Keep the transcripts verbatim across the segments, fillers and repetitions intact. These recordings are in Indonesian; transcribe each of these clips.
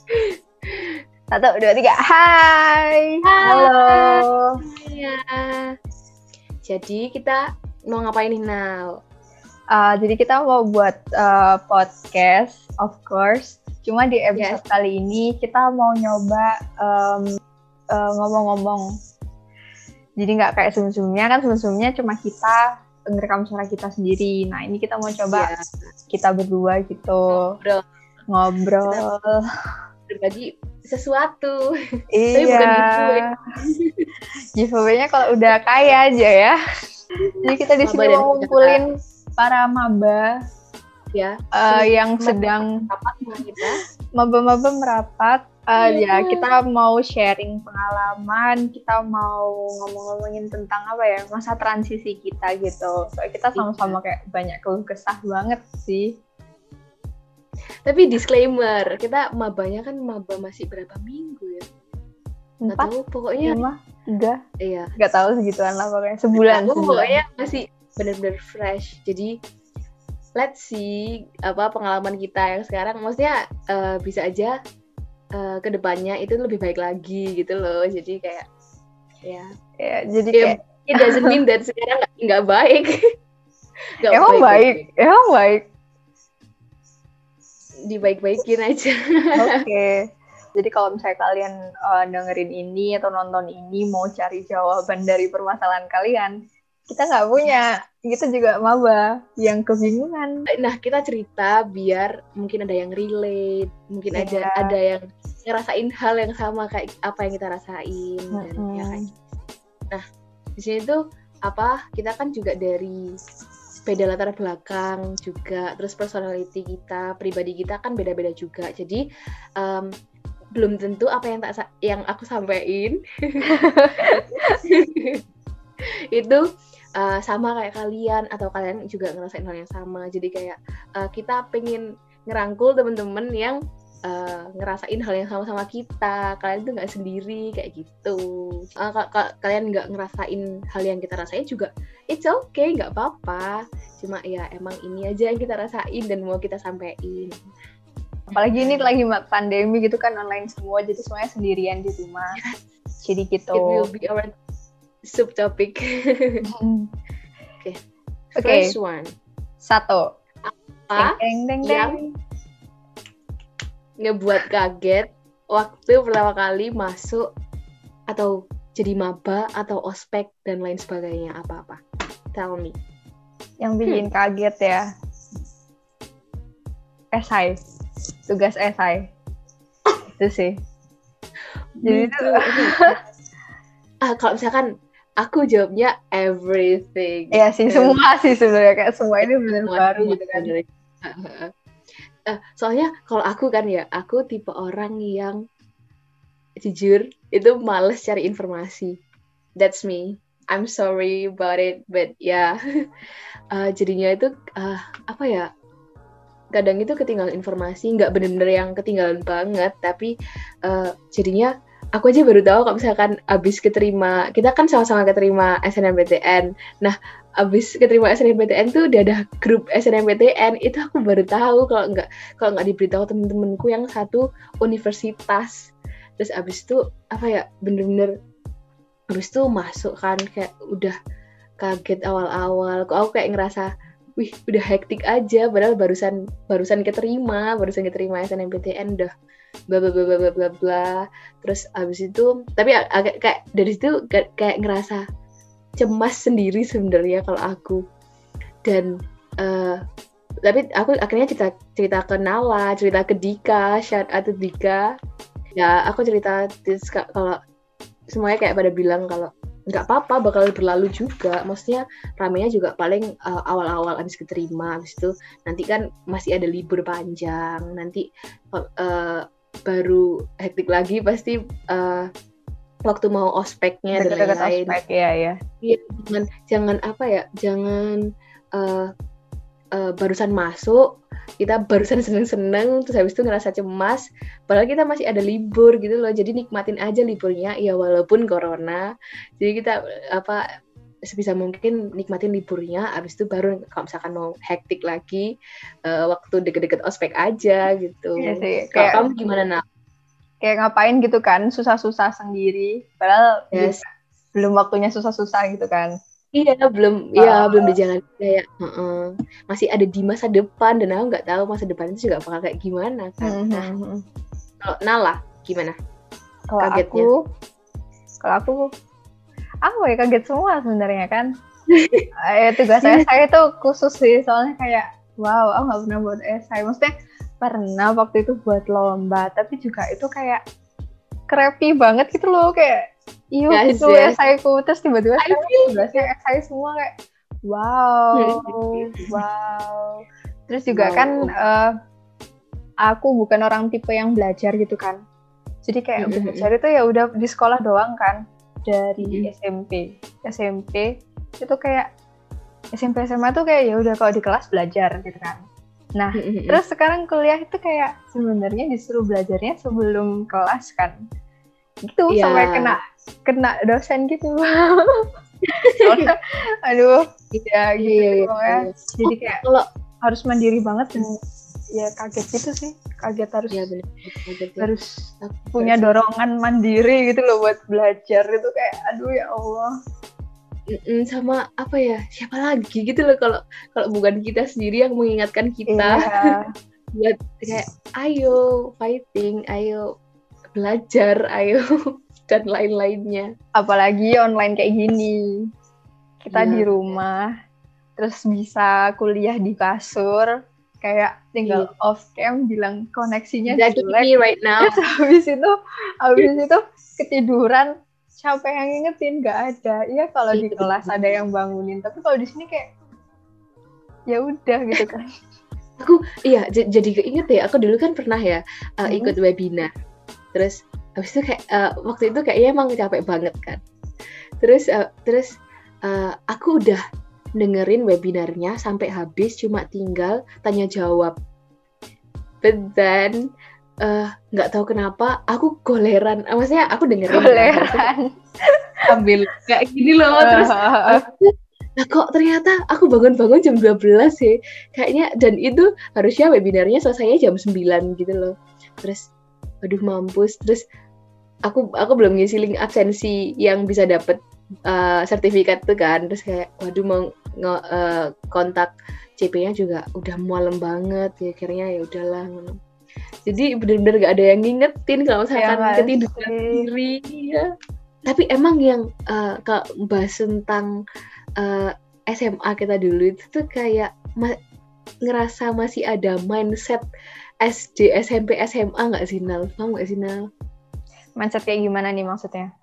Satu, dua, tiga. Hai. Halo. Ya. Jadi kita mau ngapain nih, Nal? Uh, jadi kita mau buat uh, podcast, of course. Cuma di episode yes. kali ini kita mau nyoba um, uh, ngomong-ngomong. Jadi nggak kayak sebelum-sebelumnya, kan sebelum-sebelumnya cuma kita ngerekam suara kita sendiri. Nah ini kita mau coba yeah. kita berdua gitu. Ngobrol. Ngobrol. Kita berbagi sesuatu. Iya. Tapi bukan giveaway. Giveaway-nya kalau udah kaya aja ya. Jadi kita di sini mau ngumpulin para maba ya uh, yang sedang kita. maba-maba merapat. Uh, ya kita mau sharing pengalaman, kita mau ngomong-ngomongin tentang apa ya, masa transisi kita gitu. Soalnya kita sama-sama kayak banyak keluh kesah banget sih. Tapi disclaimer, kita mabanya kan maba masih berapa minggu ya? Nggak Empat, tahu, pokoknya lima, tiga, iya. Nggak tahu segituan lah pokoknya, sebulan. Aku sebulan. pokoknya masih benar-benar fresh. Jadi let's see apa pengalaman kita yang sekarang, maksudnya uh, bisa aja uh, kedepannya itu lebih baik lagi gitu loh. Jadi kayak ya, ya jadi ya, kayak it doesn't mean that sekarang nggak nggak baik. Gak emang baik, baik. emang baik. Dibaik-baikin aja. Oke. Okay. Jadi kalau misalnya kalian uh, dengerin ini atau nonton ini mau cari jawaban dari permasalahan kalian, kita nggak punya. Kita juga maba yang kebingungan. Nah, kita cerita biar mungkin ada yang relate, mungkin yeah. ada ada yang ngerasain hal yang sama kayak apa yang kita rasain mm-hmm. dan ya kayak. Nah, di sini tuh apa? Kita kan juga dari beda latar belakang juga, terus personality kita, pribadi kita kan beda-beda juga. Jadi um, belum tentu apa yang tak yang aku sampaikan itu uh, sama kayak kalian atau kalian juga ngerasain hal yang sama. Jadi kayak uh, kita pengen ngerangkul teman-teman yang uh, ngerasain hal yang sama-sama kita. Kalian tuh nggak sendiri kayak gitu. Uh, k- k- kalian nggak ngerasain hal yang kita rasain juga, it's okay, nggak apa-apa. Cuma ya emang ini aja yang kita rasain dan mau kita sampein. Apalagi ini lagi pandemi gitu kan, online semua, jadi semuanya sendirian di rumah. Jadi gitu. It will be our subtopic. Oke. Okay. Okay. First one. Satu. Apa deng, deng, deng, yang ngebuat kaget waktu pertama kali masuk atau jadi maba atau ospek dan lain sebagainya, apa-apa? Tell me. Yang bikin hmm. kaget ya, esai, tugas esai, itu sih. Jadi itu, ah kalau misalkan aku jawabnya everything. Iya sih, semua sih sebenarnya, kayak semua ini benar baru gitu kan. Uh, soalnya kalau aku kan ya, aku tipe orang yang jujur itu males cari informasi. That's me. I'm sorry about it, but ya, yeah. uh, jadinya itu uh, apa ya? Kadang itu ketinggalan informasi, nggak benar-benar yang ketinggalan banget, tapi uh, jadinya aku aja baru tahu kalau misalkan abis keterima, kita kan sama-sama keterima S N M P T N. Nah, abis keterima S N M P T N tuh udah ada grup S N M P T N, itu aku baru tahu kalau nggak kalau nggak diberitahu temen-temenku yang satu universitas. Terus abis itu apa ya, bener-bener abis itu masuk kan kayak udah kaget awal-awal. Kok aku kayak ngerasa, wih udah hektik aja, padahal barusan barusan keterima, barusan keterima S N M P T N udah bla bla bla bla bla bla. Terus abis itu, tapi agak kayak dari situ kayak ngerasa cemas sendiri sebenarnya kalau aku. Dan uh, tapi aku akhirnya cerita cerita ke Nala, cerita ke Dika, shout out to Dika. Ya aku cerita kalau semuanya kayak pada bilang kalau nggak apa-apa, bakal berlalu juga. Maksudnya ramenya juga paling uh, awal-awal abis keterima, abis itu nanti kan masih ada libur panjang, nanti uh, baru hektik lagi pasti uh, waktu mau ospeknya dan lain-lain. Ospek, ya, ya. Iya, jangan jangan apa ya, jangan uh, uh, barusan masuk kita barusan seneng-seneng terus habis itu ngerasa cemas, padahal kita masih ada libur gitu loh. Jadi nikmatin aja liburnya ya walaupun corona. Jadi kita apa sebisa mungkin nikmatin liburnya, habis itu baru kalau misalkan mau hektik lagi uh, waktu deket-deket ospek aja gitu. Iya sih. Kalau kayak... kamu gimana, Nak? kayak ngapain gitu kan, susah-susah sendiri, padahal Yes. belum waktunya susah-susah gitu kan. Iya, belum, Uh, ya belum dijalan kayak, uh-uh. masih ada di masa depan dan aku nggak tahu masa depan itu juga bakal kayak gimana kan. Nah, mm-hmm. kalau Nala gimana? Kalau Kagetnya? aku, kalau aku, aku ya kaget semua sebenarnya kan. eh, tugas esai itu khusus sih, soalnya kayak, wow, aku nggak pernah buat esai. Maksudnya pernah waktu itu buat lomba, tapi juga itu kayak crappy banget gitu loh, kayak iyo Yes, gitu yes. esaiku, terus tiba-tiba I sekarang feel tugasnya esai semua kayak wow, wow. Terus juga Wow. kan uh, aku bukan orang tipe yang belajar gitu kan, jadi kayak Mm-mm. belajar itu ya udah di sekolah doang kan, dari Mm-mm. S M P S M P itu kayak S M P S M A tuh kayak ya udah kalau di kelas belajar gitu kan. Nah, Mm-mm. terus sekarang kuliah itu kayak sebenarnya disuruh belajarnya sebelum kelas kan. Gitu, yeah. sampai kena kena dosen gitu. Soalnya, aduh, ya gitu yeah, yeah, pokoknya. yeah. Jadi kayak kalau harus mandiri banget dan ya kaget gitu sih. Kaget harus ya, bener, kaget, ya. harus punya dorongan mandiri gitu loh buat belajar itu kayak aduh ya Allah. Mm-mm, sama apa ya, siapa lagi gitu loh kalau kalau bukan kita sendiri yang mengingatkan kita. Iya. Buat kayak ayo fighting, ayo belajar, ayo dan lain-lainnya. Apalagi online kayak gini, kita ya, di rumah ya. Terus bisa kuliah di kasur, kayak tinggal yeah. off cam bilang koneksinya exactly jelek right now. Terus habis itu habis itu ketiduran, siapa yang ngingetin? Nggak ada. Iya kalau di kelas ada yang bangunin, tapi kalau di sini kayak ya udah gitu kan. Aku iya j- jadi keinget ya, aku dulu kan pernah ya uh, hmm. ikut webinar. Terus habis itu kayak uh, waktu itu kayaknya emang capek banget kan. Terus uh, terus uh, aku udah dengerin webinarnya sampai habis, cuma tinggal tanya jawab. But then nggak uh, tahu kenapa aku goleran, maksudnya aku dengerin goleran kan, sambil kayak gini loh. Terus nah kok ternyata aku bangun-bangun jam dua belas sih kayaknya, dan itu harusnya webinarnya selesainya jam sembilan gitu loh. Terus aduh mampus. Terus aku aku belum ngisi link absensi yang bisa dapet uh, sertifikat tuh kan. Terus kayak waduh mau nge- uh, kontak C P-nya juga udah malam banget ya, akhirnya ya udahlah. Jadi benar-benar gak ada yang ngingetin kalau misalkan ya, ketiduran sendiri ya. Tapi emang yang uh, kalau bahas tentang Uh, S M A kita dulu itu tuh kayak ma- ngerasa masih ada mindset S D, S M P, S M A nggak sih Nal? Paham nggak sih Nal? Mindset kayak gimana nih maksudnya?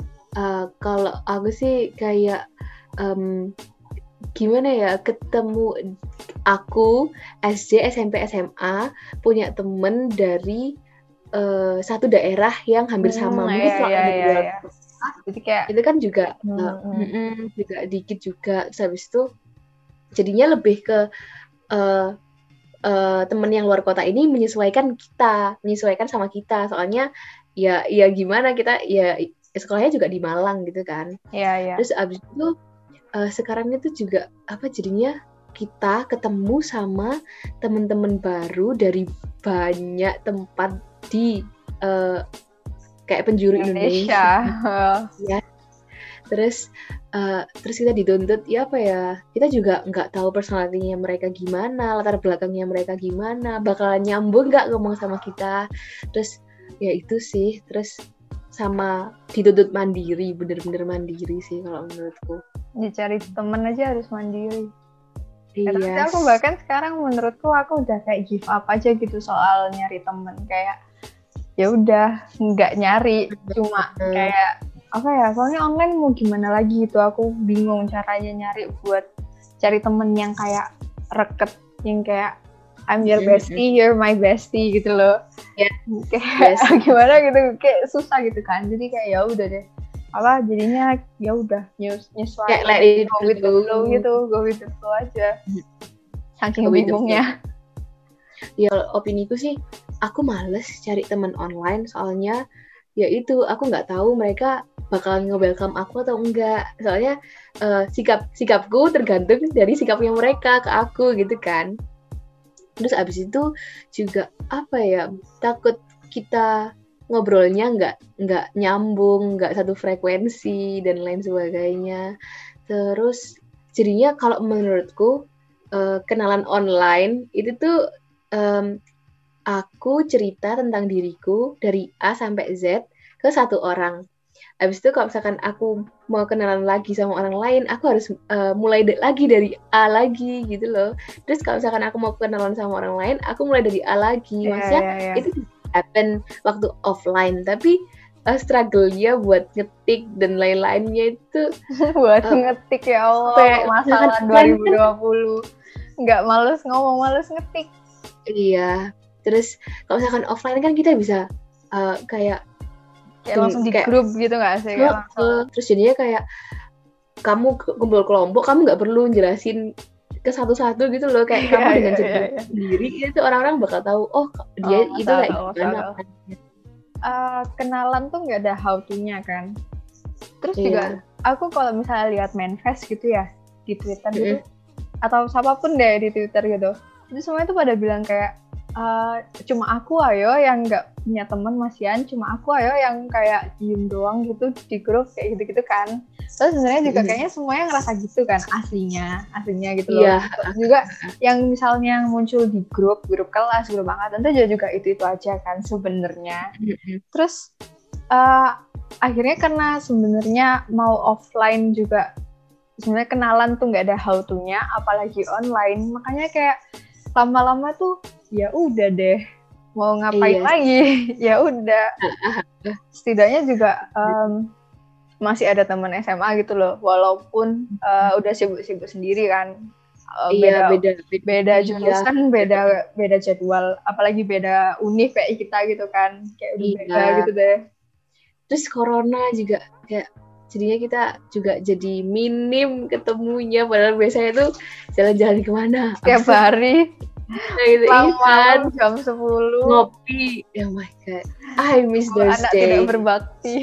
Uh, kalau aku sih kayak um, gimana ya, ketemu aku S D, S M P, S M A punya temen dari uh, satu daerah yang hampir sama. Hmm, Mungkin iya, kalau iya, ada iya, dua iya. Jadi kayak itu kan juga hmm, uh, hmm. mm, juga dikit juga. Terus habis itu jadinya lebih ke uh, uh, temen yang luar kota ini menyesuaikan kita, menyesuaikan sama kita. Soalnya ya ya gimana, kita ya sekolahnya juga di Malang gitu kan. Iya, iya. Terus abis itu uh, sekarang itu juga apa jadinya kita ketemu sama teman-teman baru dari banyak tempat di uh, kayak penjuru Indonesia, Indonesia. Ya. Terus uh, terus kita dituntut ya apa ya, kita juga nggak tahu personalitinya mereka gimana, latar belakangnya mereka gimana, bakalan nyambung nggak ngomong sama kita. Terus ya itu sih, terus sama dituntut mandiri, bener-bener mandiri sih kalau menurutku. Dicari temen aja harus mandiri. Yes. Tapi aku bahkan sekarang menurutku aku udah kayak give up aja gitu soal nyari temen, kayak ya udah nggak nyari, cuma kayak apa ya, soalnya online mau gimana lagi gitu, aku bingung caranya nyari buat cari temen yang kayak reket, yang kayak I'm your bestie, you're my bestie gitu loh. Yeah. Kayak yes. Gimana gitu, kayak susah gitu kan. Jadi kayak ya udah deh, apa jadinya ya udah nyesuaiin, kayak let it go with the flow gitu, go with the flow aja. Saking bingungnya. Ya opiniku sih, aku males cari teman online, soalnya ya itu aku nggak tahu mereka bakal nge-welcome aku atau enggak. Soalnya uh, sikap sikapku tergantung dari sikapnya mereka ke aku gitu kan. Terus abis itu juga apa ya, takut kita ngobrolnya nggak nggak nyambung, nggak satu frekuensi dan lain sebagainya. Terus jadinya kalau menurutku uh, kenalan online itu tuh um, aku cerita tentang diriku dari A sampai Z ke satu orang. Habis itu kalau misalkan aku mau kenalan lagi sama orang lain, aku harus uh, mulai de- lagi dari A lagi gitu loh. Terus kalau misalkan aku mau kenalan sama orang lain, aku mulai dari A lagi. Maksudnya yeah, yeah, yeah. itu happen waktu offline, tapi uh, struggle-nya buat ngetik dan lain-lainnya itu buat uh, ngetik ya Allah, kayak, masalah dua ribu dua puluh nggak males ngomong, males ngetik. Iya, terus kalau misalkan offline kan kita bisa uh, kayak kayak langsung di kayak, grup gitu nggak sih? Uh, uh, terus jadinya kayak kamu kumpul kelompok, kamu nggak perlu jelasin ke satu-satu gitu loh, kayak yeah, kamu dengan yeah, cerita yeah, yeah. sendiri itu orang-orang bakal tahu oh dia oh, itu kayak gimana. Uh, kenalan tuh nggak ada how to-nya kan. Terus yeah. juga aku kalau misalnya lihat manifest gitu ya di Twitter mm-hmm. gitu atau siapapun deh di Twitter gitu, itu semua itu pada bilang kayak uh, cuma aku ayo yang nggak punya teman masian, cuma aku ayo yang kayak diem doang gitu di grup kayak gitu-gitu kan. Terus sebenarnya juga kayaknya semuanya ngerasa gitu kan aslinya, aslinya gitu loh. Yeah. Juga yang misalnya muncul di grup, grup kelas, grup angkatan itu juga itu-itu aja kan sebenarnya. Terus uh, akhirnya karena sebenarnya mau offline juga sebenarnya kenalan tuh nggak ada how to-nya, apalagi online, makanya kayak lama-lama tuh ya udah deh mau ngapain iya. lagi ya udah. Setidaknya juga um, masih ada teman S M A gitu loh, walaupun uh, udah sibuk-sibuk sendiri kan. Uh, iya, beda beda beda jurusan, iya. beda beda jadwal, apalagi beda univ kayak kita gitu kan, kayak udah iya. beda gitu deh. Terus corona juga kayak jadinya kita juga jadi minim ketemunya, padahal biasanya tuh jalan-jalan kemana tiap hari. Nah, gitu, malam jam sepuluh ngopi. Oh my god, I miss oh, those anak days. Tidak berbakti.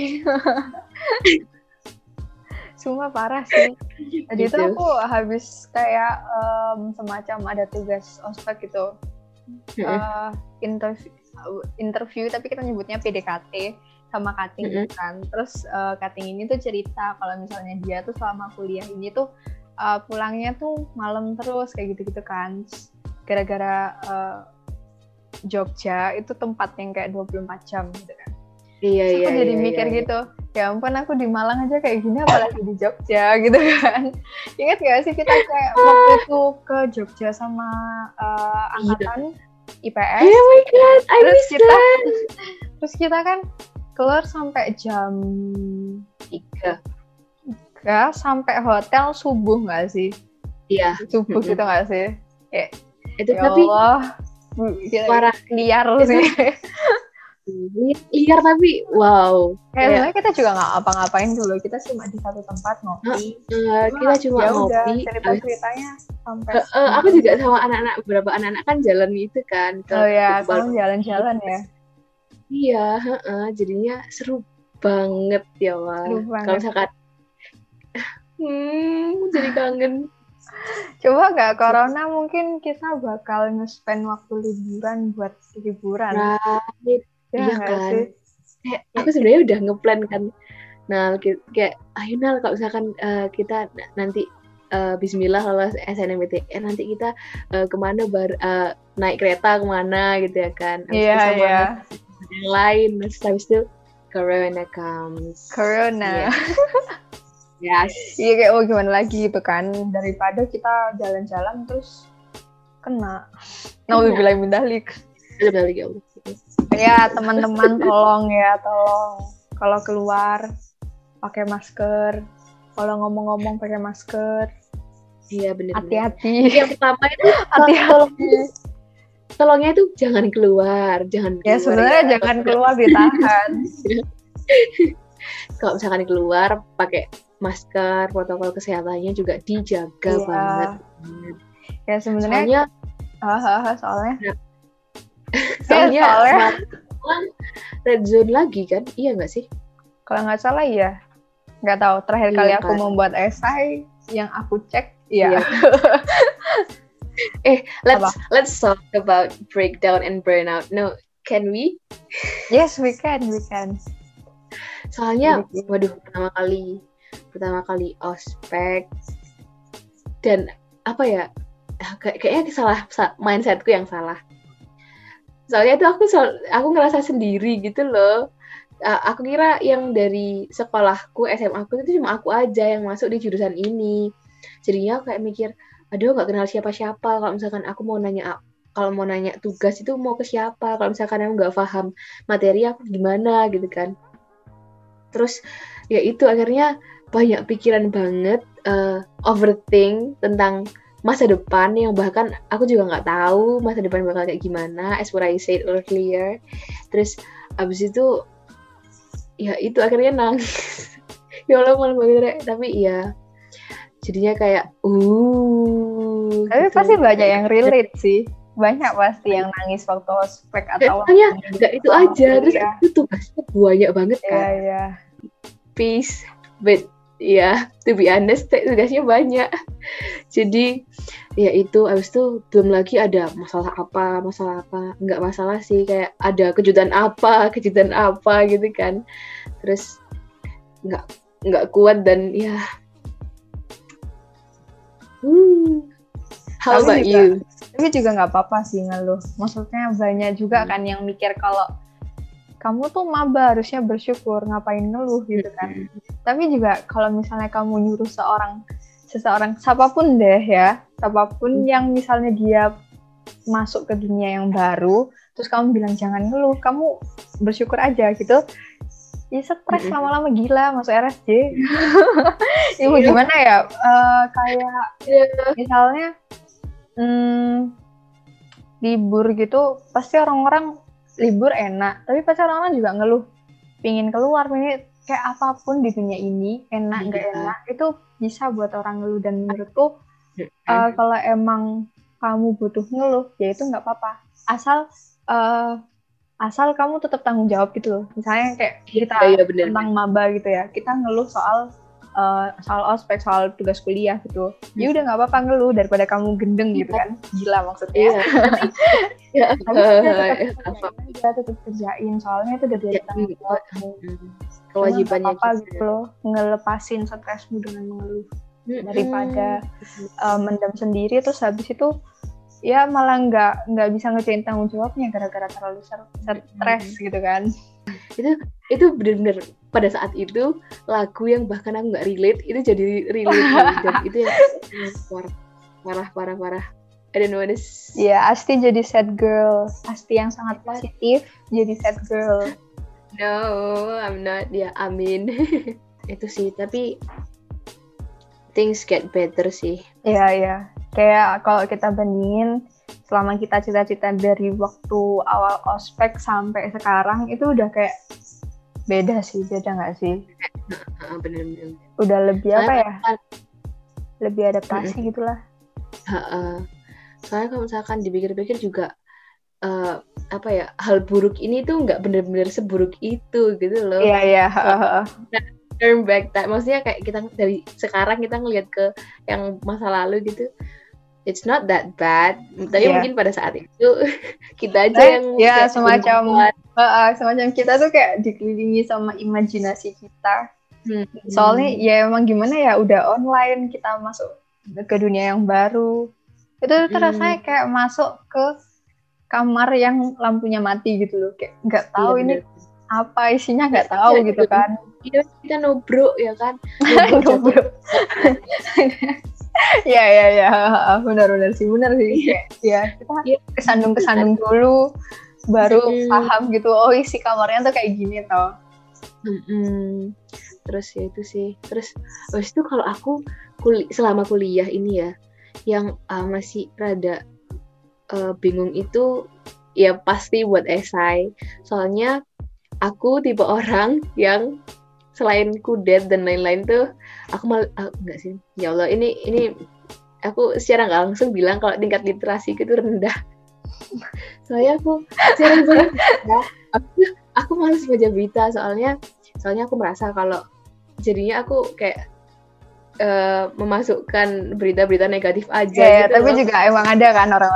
Sumpah parah sih. Tadi gitu. Itu aku habis kayak um, semacam ada tugas ospek gitu, uh, interview, interview tapi kita nyebutnya P D K T sama cutting mm-hmm. kan. Terus uh, cutting ini tuh cerita kalau misalnya dia tuh selama kuliah ini tuh uh, pulangnya tuh malam terus kayak gitu-gitu kan. Gara-gara uh, Jogja itu tempat yang kayak dua puluh empat jam gitu kan. Iya, Terus iya, aku jadi iya, mikir iya. gitu, ya ampun aku di Malang aja kayak gini apalagi di Jogja gitu kan. Ingat gak sih kita kayak waktu itu ke Jogja sama uh, angkatan I P S. Oh my god, I terus miss kita, that. Terus kita kan keluar sampai jam tiga tiga sampai hotel subuh gak sih? Iya. Subuh mm-hmm. gitu gak sih? Kayak, itu ya tapi Allah, parah liar sih. Liar tapi wow. Kayak sebenarnya kita juga nggak apa-ngapain dulu, kita cuma di satu tempat ngopi. Uh, kita cuma ya ngopi. Cerita-ceritanya sampai. Uh, uh, aku juga sama anak-anak, beberapa anak-anak kan jalan itu kan. Ke, oh ya, kamu jalan-jalan ya. Iya, uh, uh, jadinya seru banget ya wah. Kalau misalkan, hmm, jadi kangen. Coba nggak corona mungkin kita bakal nge-spend waktu liburan buat liburan. Right. Ya, iya kan. Sih? Kayak aku sebenarnya udah ngeplan kan. Nah, kayak ayo Nal kalau misalkan uh, kita nanti uh, bismillah lolos S N M P T N, nanti kita uh, kemana bar uh, naik kereta kemana gitu ya kan. Iya, yeah, iya. Yeah. Yang lain, terus habis itu corona comes. Corona. Yeah. Yes. Iya kayak oh gimana lagi gitu kan, daripada kita jalan-jalan terus kena. Nauzubillah min dzalik. Nauzubillah ya Allah. Ya teman-teman tolong ya tolong kalau keluar pakai masker, kalau ngomong-ngomong pakai masker. Iya benar. Hati-hati. Yang pertama itu hati-hati. Tolongnya itu jangan keluar, jangan keluar. Ya sebenarnya ya. Jangan keluar, ditahan. Kalau misalkan keluar pakai masker, protokol kesehatannya juga dijaga iya. banget. Ya sebenarnya soalnya, soalnya ya. Soalnya, soalnya red zone lagi kan, iya nggak sih? Kalau nggak salah iya, nggak tahu. Terakhir iya, kali aku kan. membuat esai yang aku cek, iya. iya. eh, let's Apa? let's talk about breakdown and burnout. No, Can we? Yes, we can, we can. Soalnya, waduh, pertama kali, pertama kali ospek dan apa ya? Kayak kayaknya salah mindsetku yang salah. Soalnya itu aku aku ngerasa sendiri gitu loh. Uh, aku kira yang dari sekolahku S M A aku itu cuma aku aja yang masuk di jurusan ini. Jadinya kayak mikir, aduh nggak kenal siapa-siapa. Kalau misalkan aku mau nanya kalau mau nanya tugas itu mau ke siapa, kalau misalkan aku nggak paham materi aku gimana gitu kan. Terus ya itu akhirnya banyak pikiran banget, uh, overthink tentang masa depan yang bahkan aku juga nggak tahu masa depan bakal kayak gimana, as what I said earlier. Terus abis itu ya itu akhirnya nangis. Ya Allah malu banget, tapi ya jadinya kayak uh tapi gitu. Pasti banyak yang relate sih. Banyak pasti yang nangis waktu ospek atau hanya nggak itu aja, terus ya. Itu tugasnya banyak banget kan. Iya, iya. Peace, but ya yeah, to be honest tugasnya banyak. Jadi ya itu, abis itu belum lagi ada masalah apa, masalah apa, nggak masalah sih, kayak ada kejutan apa, kejutan apa gitu kan. Terus nggak nggak kuat dan ya. Hmm. How tapi about juga, you? Tapi juga nggak apa-apa sih ngeluh. Maksudnya banyak juga kan yang mikir kalau kamu tuh maba harusnya bersyukur, ngapain ngeluh gitu kan. Tapi juga kalau misalnya kamu nyuruh seorang, seseorang, siapapun deh ya, siapapun yang misalnya dia masuk ke dunia yang baru, terus kamu bilang jangan ngeluh, kamu bersyukur aja gitu. Ya stres lama-lama gila masuk R S J. Ibu gimana ya? Uh, kayak misalnya hmm, libur gitu, pasti orang-orang libur enak, tapi pasti orang-orang juga ngeluh, pingin keluar, pingin kayak apapun di dunia ini enak nggak yeah. enak itu bisa buat orang ngeluh. Dan menurutku uh, kalau emang kamu butuh ngeluh, ya itu nggak apa-apa, asal uh, asal kamu tetap tanggung jawab gitu loh. Misalnya kayak kita ya, ya, bener, tentang maba gitu ya, kita ngeluh soal uh, soal ospek, soal tugas kuliah gitu, ya udah nggak apa-apa ngeluh daripada kamu gendeng gitu kan, gila maksudnya. Ya, kita tetap kerjain, soalnya itu udah jadi tanggung jawabmu, kewajibannya apa gitu loh, ngelepasin stresmu dengan mengeluh daripada uh, mendam sendiri terus habis itu ya malah nggak nggak bisa ngerjain tanggung jawabnya gara-gara terlalu stres gitu kan. Itu itu benar-benar pada saat itu lagu yang bahkan aku nggak relate itu jadi relate dan itu yang parah parah parah. I don't know this. Ya, yeah, Asti jadi sad girl. Asti yang sangat positif jadi sad girl. No, I'm not. Ya, amin. Itu sih, tapi things get better sih. Iya, yeah, iya. Yeah. Kayak kalau kita bandingin selama kita cita-cita dari waktu awal ospek sampai sekarang itu udah kayak beda sih, beda nggak sih? Bener-bener. Udah lebih apa ya? Lebih adaptasi mm-hmm. gitulah. Uh, soalnya kalau misalkan dipikir-pikir juga uh, apa ya, hal buruk ini tuh nggak bener-bener seburuk itu gitu loh. Iya iya. Turn back time, maksudnya kayak kita dari sekarang kita ngelihat ke yang masa lalu gitu. It's not that bad, tapi yeah. mungkin pada saat itu kita aja eh, yang ya semacam uh, semacam kita tuh kayak dikelilingi sama imajinasi kita. Hmm. Soalnya ya emang gimana ya, udah online, kita masuk ke dunia yang baru. Itu hmm. terasa kayak masuk ke kamar yang lampunya mati gitu loh, kayak nggak tahu yeah, ini bener. Apa isinya, nggak tahu ya, gitu kan. Kita kita nobro ya kan. Nobro. Ya ya ya, benar-benar sih, benar sih. Kayak, ya kita yeah. kesandung-kesandung dulu, baru mm. paham gitu. Oh isi kamarnya tuh kayak gini tau. Mm-mm. Terus ya itu sih. Terus habis itu kalau aku kul- selama kuliah ini ya, yang uh, masih rada uh, bingung itu ya pasti buat esai. Soalnya aku tipe orang yang selain kudet dan lain-lain tuh aku mal uh, enggak sih, ya Allah, ini ini aku secara nggak langsung bilang kalau tingkat literasi itu rendah. Soalnya aku secara bilang aku aku malas baca berita, soalnya soalnya aku merasa kalau jadinya aku kayak uh, memasukkan berita-berita negatif aja. Yeah, gitu tapi loh. juga emang ada kan orang-orang yang kayak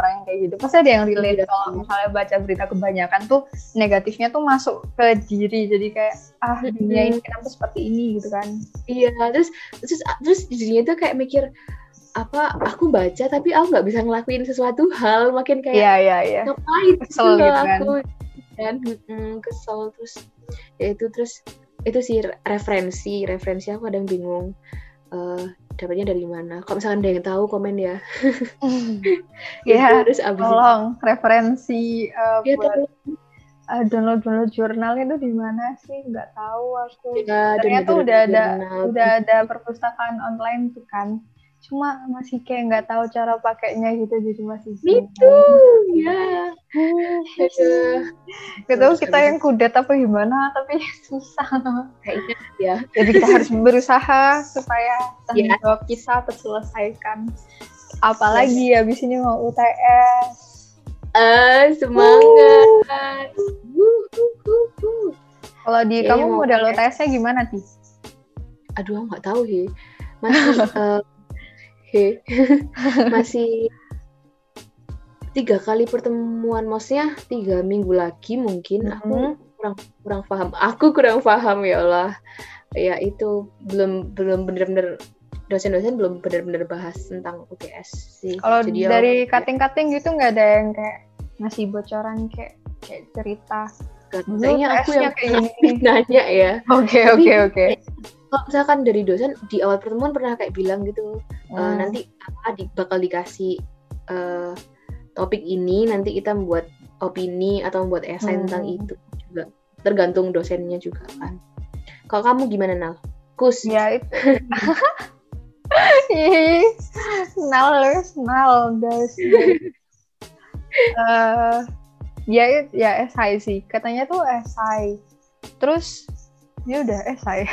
gitu. Pasti ada yang relate Iya. kalau misalnya baca berita kebanyakan tuh negatifnya tuh masuk ke diri. Jadi kayak ah dunia ini kenapa seperti ini gitu kan. Iya, terus terus terus jadinya tuh kayak mikir apa aku baca tapi aku nggak bisa ngelakuin sesuatu hal, makin kayak Iya iya iya. ngapain Kesel gitu gitu kan. aku kan mm, kesel terus ya itu terus itu sih referensi referensi aku kadang bingung uh, dapatnya dari mana. Kalau misalkan ada yang tahu komen ya. Ya, terus abis tolong referensi uh, ya, buat uh, download download jurnal itu di mana sih? Nggak tahu aku. ya, Ternyata download udah ada jurnal. udah ada perpustakaan online tuh kan. Cuma masih kayak nggak tahu cara pakainya gitu, jadi masih itu ya Aduh. Gak tahu kita yang kudet apa gimana, tapi susah kayaknya ya. Jadi kita harus berusaha supaya tanggung Ya. jawab kita terselesaikan. Apalagi ya. Habis ini mau U T S. Ah, semangat. Wuh, wuh, wuh, wuh. Kalau di Kayaknya kamu mau model U U T S-nya gimana sih? Aduh, nggak tahu he. Masih uh, he. Masih tiga kali pertemuan, maksudnya tiga minggu lagi mungkin. Mm-hmm. Aku kurang kurang paham. Aku kurang paham ya Allah. Ya itu belum belum benar-benar dosen-dosen belum benar-benar bahas tentang U T S sih. Kalau Jadi dari ya, cutting-cutting gitu nggak ada yang kayak ngasih bocoran kayak kayak cerita. kayaknya aku yang kayak gini nanya ya. Oke oke oke. Kalau misalkan dari dosen di awal pertemuan pernah kayak bilang gitu, hmm. uh, nanti apa di, bakal dikasih uh, topik ini, nanti kita membuat opini atau membuat esai hmm. tentang itu juga, tergantung dosennya juga kan. Kalau kamu gimana Nal? Kus? Ya itu. Nal guys, Nal guys. uh, ya ya esai sih, katanya tuh esai. Terus ya udah esai.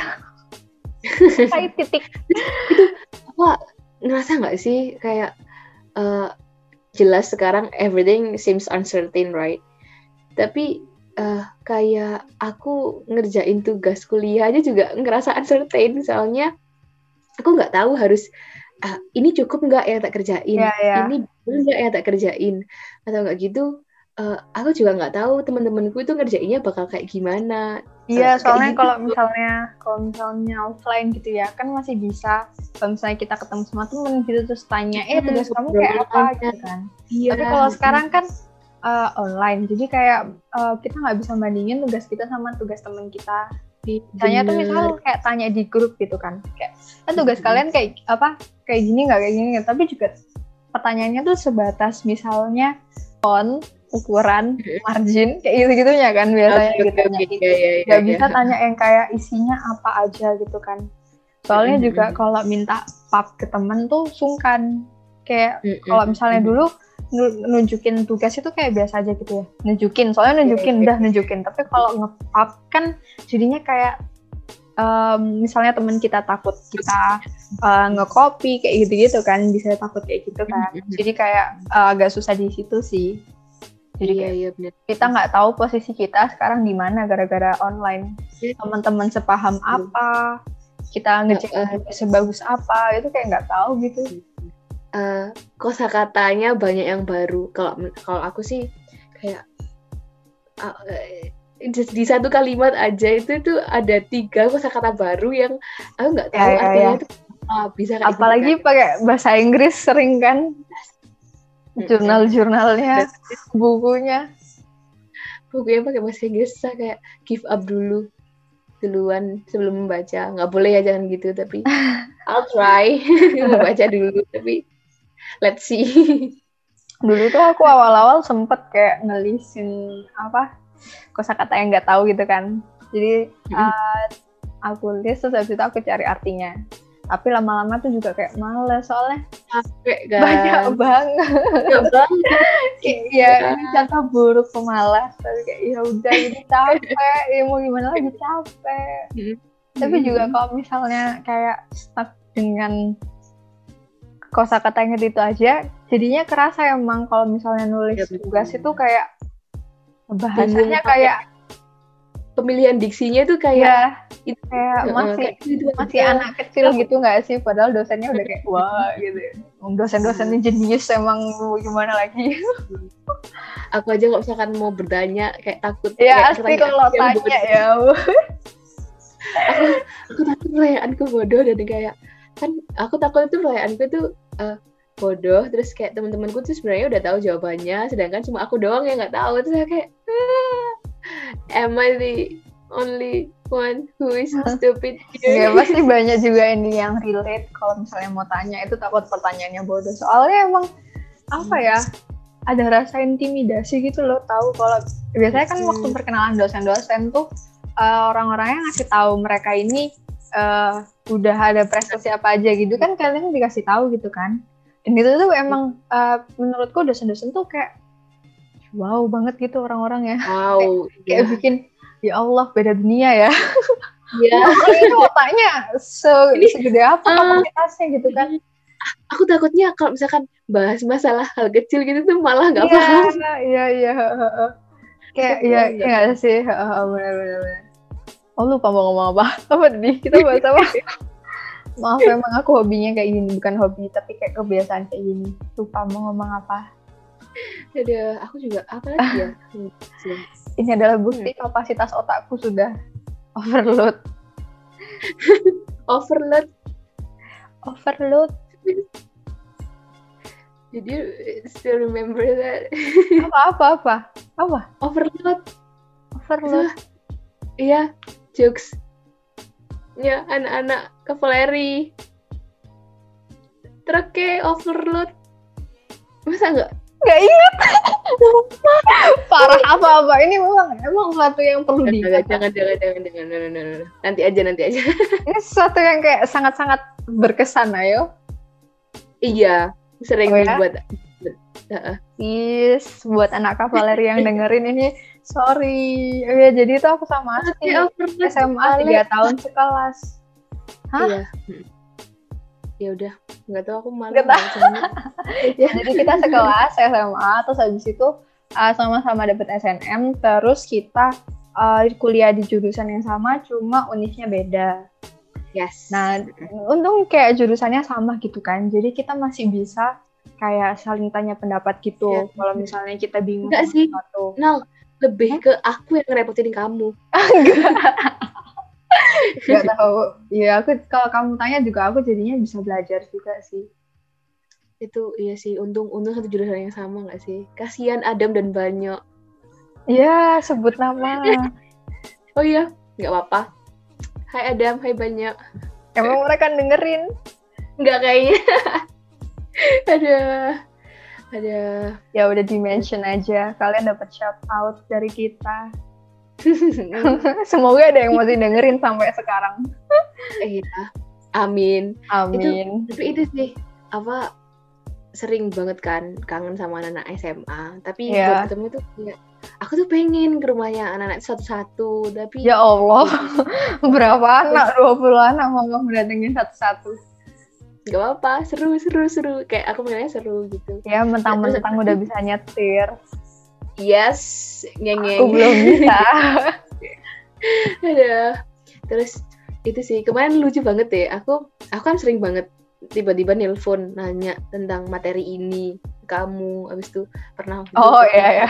Esai titik. Itu apa? Ngerasa nggak sih kayak uh, jelas sekarang everything seems uncertain, right? Tapi uh, kayak aku ngerjain tugas kuliah aja juga ngerasa uncertain, soalnya aku nggak tahu harus uh, ini cukup nggak ya tak kerjain, yeah, yeah. ini belum nggak ya tak kerjain, atau nggak gitu. Uh, aku juga nggak tahu teman-temanku itu ngerjainnya bakal kayak gimana. Iya, uh, soalnya gitu. kalau misalnya kalau misalnya offline gitu ya, kan masih bisa. Kalau misalnya kita ketemu sama temen gitu terus tanya, eh tugas hmm, kamu kayak apa gitu kan. Iya. Tapi kalau sekarang kan uh, online, jadi kayak uh, kita nggak bisa bandingin tugas kita sama tugas teman kita. Misalnya tuh misal kayak tanya di grup gitu kan, kayak kan tugas hmm. kalian kayak apa, kayak gini nggak kayak gini, tapi juga pertanyaannya tuh sebatas misalnya font, ukuran, margin, kayak gitu-gitunya kan biasanya okay, ditanya okay, gitu. Yeah, yeah, yeah, Gak yeah. bisa tanya yang kayak isinya apa aja gitu kan. Soalnya mm-hmm. juga kalau minta pap ke temen tuh sungkan. Kayak mm-hmm. kalau misalnya dulu nunjukin tugas itu kayak biasa aja gitu ya. Nunjukin, soalnya nunjukin, yeah, udah yeah. nunjukin. Tapi kalau nge-pap kan jadinya kayak um, misalnya temen kita takut kita uh, nge-copy kayak gitu-gitu kan. Bisa takut kayak gitu kan. Mm-hmm. Jadi kayak uh, agak susah di situ sih. Jadi iya, iya, bener. Kita nggak tahu posisi kita sekarang di mana gara-gara online. Yeah. Teman-teman sepaham yeah. apa, kita ngecek uh, uh, sebagus apa, itu kayak nggak tahu gitu. Uh, kosakatanya banyak yang baru. Kalau kalau aku sih kayak uh, di satu kalimat aja itu tuh ada tiga kosakata baru yang aku nggak tahu yeah, artinya yeah. itu uh, bisa kayak apalagi gitu, kan. Pakai bahasa Inggris sering kan. Jurnal-jurnalnya, bukunya bukunya pakai bahasa Inggris, kayak give up dulu duluan sebelum membaca. Nggak boleh ya, jangan gitu, tapi I'll try membaca dulu, tapi let's see. Dulu tuh aku awal-awal sempet kayak ngelisin apa kosakata yang nggak tahu gitu kan, jadi uh, aku list terus habis itu aku cari artinya. Tapi lama-lama tuh juga kayak males soalnya capek kan, banyak banget ya ini contoh buruk pemalas, tapi kayak ya udah ini capek ya mau gimana lagi capek. Mm-hmm. Tapi juga kalau misalnya kayak stuck dengan kosakata yang itu aja jadinya kerasa emang kalau misalnya nulis ya, tugas itu kayak bahasanya kayak pemilihan diksinya tuh kayak Iya, itu kayak uh, masih kayak gitu masih aja. anak kecil gitu nggak sih? Padahal dosennya udah kayak wah gitu. Dosen-dosennya jenius emang mau gimana lagi? Aku aja kalau misalkan mau bertanya kayak takut. Ya kayak pasti kalau yang tanya bodoh. ya. aku aku takut pertanyaanku bodoh dan kayak kan aku takut itu pertanyaanku tuh uh, bodoh terus kayak teman-temanku tuh sebenarnya udah tahu jawabannya sedangkan cuma aku doang yang nggak tahu terus saya kayak ah, am I the only one who is stupid Ya here? pasti banyak juga ini yang relate kalau misalnya mau tanya itu takut pertanyaannya bodoh. Soalnya emang apa ya? Ada rasa intimidasi gitu loh, tahu kalau biasanya kan waktu perkenalan dosen-dosen tuh uh, orang-orangnya ngasih tahu mereka ini uh, udah ada prestasi apa aja gitu kan kalian dikasih tahu gitu kan. Dan itu tuh emang uh, menurutku dosen-dosen tuh kayak wow banget gitu orang-orang ya. Wow, kayak, kayak ya. bikin ya Allah beda dunia ya. Ya. Itu otaknya se- segede apa kapasitasnya gitu kan. Aku takutnya kalau misalkan bahas masalah hal kecil gitu tuh malah nggak Iya, paham. Iya, iya, kayak Aku ya, nggak ya nggak sih, benar-benar. Oh lupa mau ngomong apa? Apa tadi? Kita bahas apa? Maaf, emang aku hobinya kayak gini, bukan hobi tapi kayak kebiasaan kayak gini. Lupa mau ngomong apa? Ada, aku juga apa lagi ya? Ini adalah bukti kapasitas otakku sudah overload. Overload. Overload. Did you still remember that? Apa apa apa? Apa? Overload. Overload. Iya, jokes. Ya, anak-anak kavaleri. Truknya overload. Masa enggak? Nggak ingat. Parah apa-apa. Ini memang emang sesuatu yang perlu diingat. Jangan, jangan, jangan, jangan, jangan, jangan. Nanti aja, nanti aja. Ini sesuatu yang kayak sangat-sangat berkesan, ayo. Iya, sering Oh, ya? dibuat. Uh. Yes, buat anak kavaleri yang dengerin ini, sorry. Ya, jadi itu aku sama Asti S M A tiga tahun sekelas. Hah? Iya. Ya udah, nggak tahu aku malu. Ya, jadi kita sekelas S M A, terus habis itu uh, sama-sama dapet S N M, terus kita uh, kuliah di jurusan yang sama, cuma univnya beda. Yes. Nah, untung kayak jurusannya sama gitu kan, jadi kita masih bisa kayak saling tanya pendapat gitu. Ya. Kalau misalnya kita bingung enggak sih, sesuatu. Nah, lebih ke aku yang ngerepotin kamu. Gak tahu. Ya aku kalau kamu tanya juga aku jadinya bisa belajar juga sih. Itu iya sih, untung untung satu jurusan yang sama nggak sih? Kasihan Adam dan Banyak. Iya, sebut nama. Oh iya, nggak apa-apa. Hai Adam, hai Banyak. Emang mereka dengerin? Nggak kayaknya. ada, ada. Ya udah di-mention aja. Kalian dapat shout out dari kita. Semoga ada yang masih dengerin sampai sekarang. Iya, amin. Amin. Itu, tapi itu sih apa sering banget kan kangen sama anak-anak S M A. Tapi yeah. buat ketemu tuh ya, aku tuh pengen ke rumahnya anak-anak satu-satu. Tapi ya Allah, berapa anak? dua puluh anak mau kamu datengin satu-satu. Gak apa-apa, seru, seru, seru. Kayak aku bilangnya seru gitu. Ya, mentang-mentang udah bisa nyetir. Yes, ngeng-ngeng. Aku belum bisa. Ada. Terus itu sih kemarin lucu banget deh. Aku aku kan sering banget tiba-tiba nelpon nanya tentang materi ini kamu. Abis itu pernah. Oh iya ya.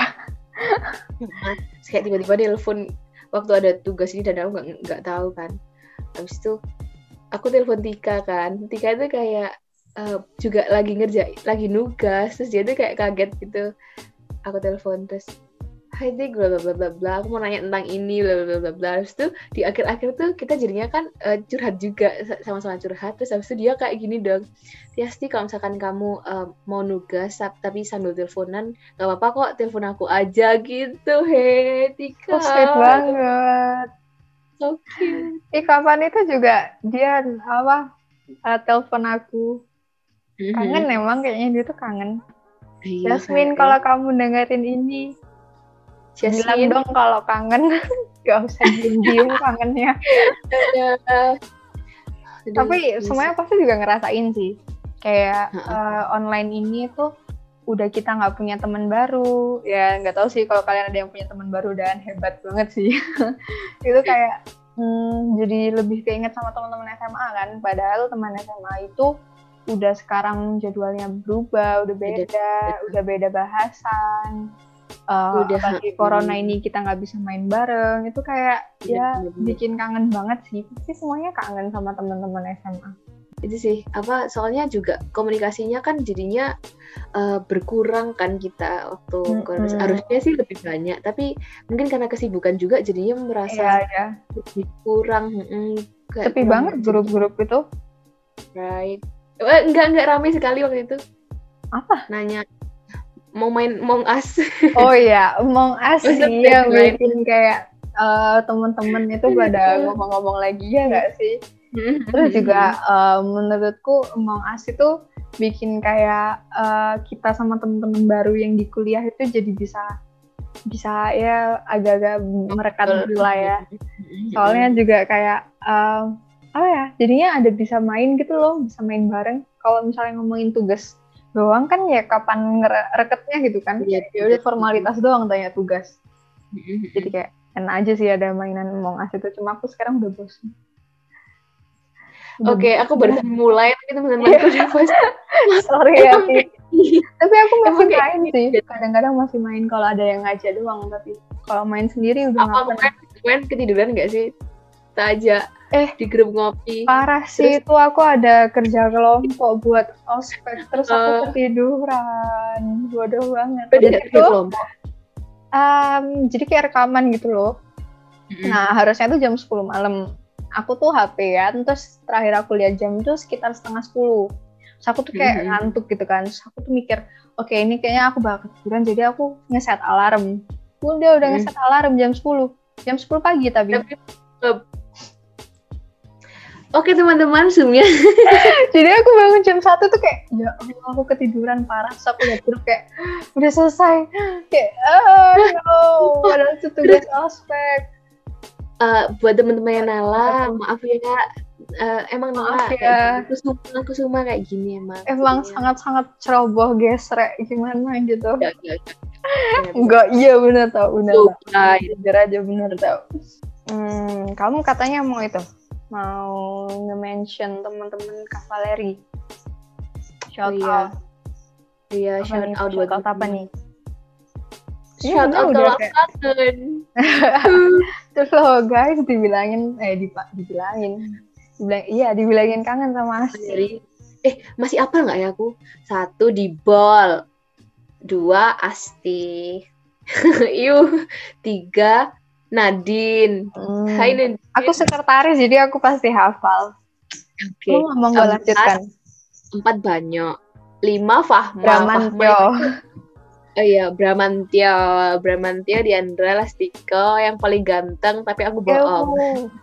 Kayak tiba-tiba nelpon waktu ada tugas ini dan aku nggak nggak tahu kan. Abis itu aku telepon Tika kan. Tika itu kayak uh, juga lagi ngerjain, lagi nugas. Terus dia tuh kayak kaget gitu. Aku telepon terus, hai Tik, bla bla bla bla bla, aku mau nanya tentang ini, bla bla bla bla. Terus tuh di akhir-akhir tuh kita jadinya kan uh, curhat juga, sama-sama curhat. Terus habis itu dia kayak gini dong, Tiasti kalau misalkan kamu uh, mau nugas tapi sambil teleponan, gak apa-apa kok, telepon aku aja gitu, hei Tika. Oh, sweet banget. So cute. Eh kapan itu juga dia apa uh, telepon aku, kangen mm-hmm. Emang kayaknya dia tuh kangen. Iya, Jasmine, kalau kamu dengerin ini, Jasmine. Bilang dong kalau kangen. Gak usah diem-diem kangennya. Tapi semuanya pasti juga ngerasain sih. Kayak uh, online ini tuh udah kita nggak punya teman baru. Ya nggak tahu sih kalau kalian ada yang punya teman baru dan hebat banget sih. Itu kayak hmm, jadi lebih keinget sama teman-teman S M A kan. Padahal teman S M A itu udah sekarang jadwalnya berubah, udah beda, udah, udah beda bahasan. Uh, Udah, apalagi corona ini kita nggak bisa main bareng, itu kayak ya bikin kangen banget sih. Pasti semuanya kangen sama teman-teman S M A. Itu sih apa, soalnya juga komunikasinya kan jadinya uh, berkurang kan kita waktu Mm-hmm. corona. Harusnya sih lebih banyak, tapi mungkin karena kesibukan juga jadinya merasa Iya, ya. lebih kurang. Mm, Sepi banget grup-grup itu. Right. Eh, enggak enggak ramai sekali waktu itu. Apa? Nanya mau main Among Us. Oh iya, Among Us sih yang bikin kayak uh, teman-teman itu pada ngomong-ngomong lagi ya nggak sih? Terus juga uh, menurutku Among Us itu bikin kayak uh, kita sama teman-teman baru yang di kuliah itu jadi bisa bisa ya agak-agak merekat lah ya. Soalnya juga kayak uh, apa ya? Jadinya ada bisa main gitu loh, bisa main bareng. Kalau misalnya ngomongin tugas doang kan ya kapan ngereketnya gitu kan, ya udah formalitas doang tanya tugas. Jadi kayak enak aja sih ada mainan Among Us itu, cuma aku sekarang udah bosan. Oke, okay, aku baru mulai tapi teman-temanku udah bosan. Sorry ya sih. Tapi aku masih main sih, kadang-kadang masih main kalau ada yang ngajak doang, tapi kalau main sendiri udah nggak pernah. Apa main ketiduran nggak sih? Tak aja eh di grup ngopi. Parah sih, terus, itu aku ada kerja kelompok buat ospek terus aku uh, ketiduran, bodoh banget. Jadi itu kelompok. Um, jadi kayak rekaman gitu loh. Mm-hmm. Nah harusnya tuh jam sepuluh malam. Aku tuh H P-an, terus terakhir aku lihat jam itu sekitar setengah sepuluh. Terus aku tuh kayak mm-hmm. ngantuk gitu kan. Terus aku tuh mikir, oke okay, ini kayaknya aku bakal ketiduran, jadi aku ngeset alarm. Udah udah mm-hmm. ngeset alarm jam sepuluh. Jam sepuluh pagi tapi. tapi uh, Oke teman-teman, zoom-nya. Jadi aku bangun jam satu tuh kayak, ya Allah aku ketiduran parah. So aku lihat grup kayak, udah selesai. Kayak, oh no, padahal itu tugas ospek. Uh, buat teman-teman yang Nala, maaf ya kak. Uh, emang Nala ya. Aku suka, aku suka kayak gini emang. Emang ya. Sangat-sangat ceroboh gesrek gimana gitu. Enggak, enggak, enggak. Enggak, iya benar tau, benar so, tau. Jujur aja benar tau. Hmm, kamu katanya mau itu? Mau nge-mention teman-teman Kavaleri. Shout oh, out. Iya, shout nih? out Shout out apa nih? Shout ya, out kalau kangen. Terus lo guys dibilangin, eh dibilangin. Dibilang, iya dibilangin kangen sama Asti. Eh, masih apa nggak ya aku? Satu di ball. Dua Asti. Yuh. Tiga Nadine. Hmm. Hai Nadine. Aku sekretaris jadi aku pasti hafal. Oke. Okay. Mau gue lanjutkan. Empat banyak. Lima Fahma. Bramantyo. Oh iya, Bramantyo. Bramantyo Diandra Lastiko yang paling ganteng tapi aku bohong.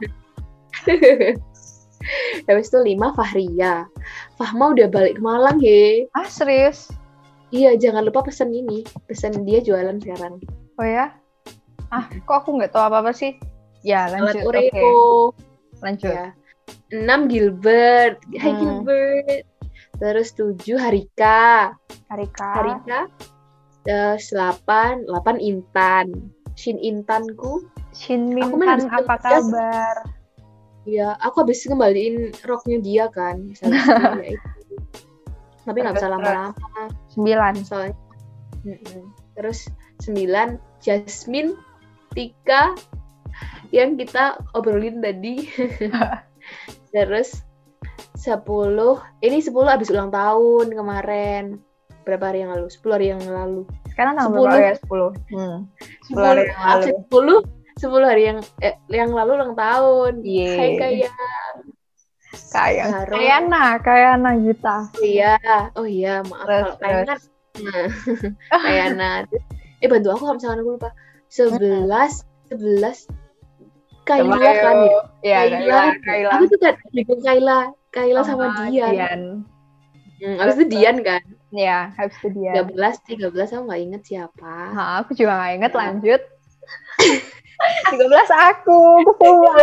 Habis itu lima Fahria. Fahma udah balik ke Malang he. Ah serius? Iya, jangan lupa pesen ini. Pesen dia jualan sekarang. Oh ya? Ah, kok aku nggak tahu apa-apa sih? Ya, lanjut. Oke. Okay. Lanjut. Ya. enam Gilbert. Hai hmm. Gilbert. Terus tujuh Harika. Harika. Harika. Terus delapan, delapan Intan. Shin Intanku. Shin Intan, apa kabar? Iya, aku habis kembaliin roknya dia kan. Misalnya itu. Tapi nggak bisa lama-lama. Sembilan. Soalnya. Terus sembilan Jasmine. Tika yang kita obrolin tadi. Terus sepuluh, ini sepuluh habis ulang tahun kemarin. Berapa hari yang lalu? sepuluh hari yang lalu. Sekarang tanggal berapa ya? sepuluh. Hmm. sepuluh hari yang lalu. sepuluh, sepuluh hari yang eh, yang lalu ulang tahun. Yeah. Hai Kaya. Kaya. Kayana, Kayana Gita. Iya. Oh iya, maaf kalau Kayana. Nah. Kayana. Eh bantu aku kalau misalkan aku lupa. sebelas sebelas Kayla kan ya? Iya, Kayla, Kayla. Aku tuh kan bingung Kayla, Kayla sama, sama Dian. Dian. Hmm, habis itu Dian kan? Iya, habis itu Dian. tiga belas, tiga belas aku nggak inget siapa. Nah, aku juga nggak inget, lanjut. tiga belas aku, ketua.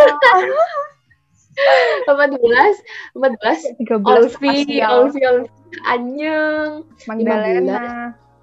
empat belas, empat belas, Olvi, Olvi, Olvi, Anyeng. Magdalena.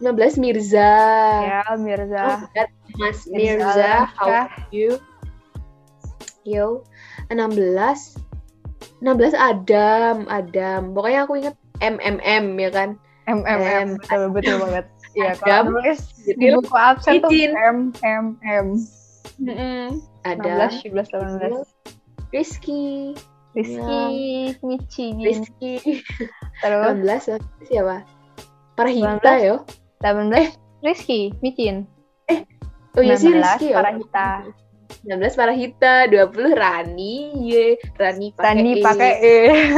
enam belas Mirza. Ya, Mirza. Oh, Mas Mirza, how are you? Yo, enam belas enam belas Adam, Adam. Pokoknya aku inget M M M ya kan. M M M, betul betul banget. Iya, Adam, kalau nulis di buku absen tuh M M M. Mm-mm. enam belas, tujuh belas, delapan belas. Rizky. Rizky, ya. Michi. Rizky. Terus delapan belas siapa? Parahita yo. delapan belas eh. Rizky, Micin. Eh, oh iya sih Rizky ya. Parahita. sembilan belas Parahita, dua puluh Rani, ye. Rani pakai Rani E. pakai E.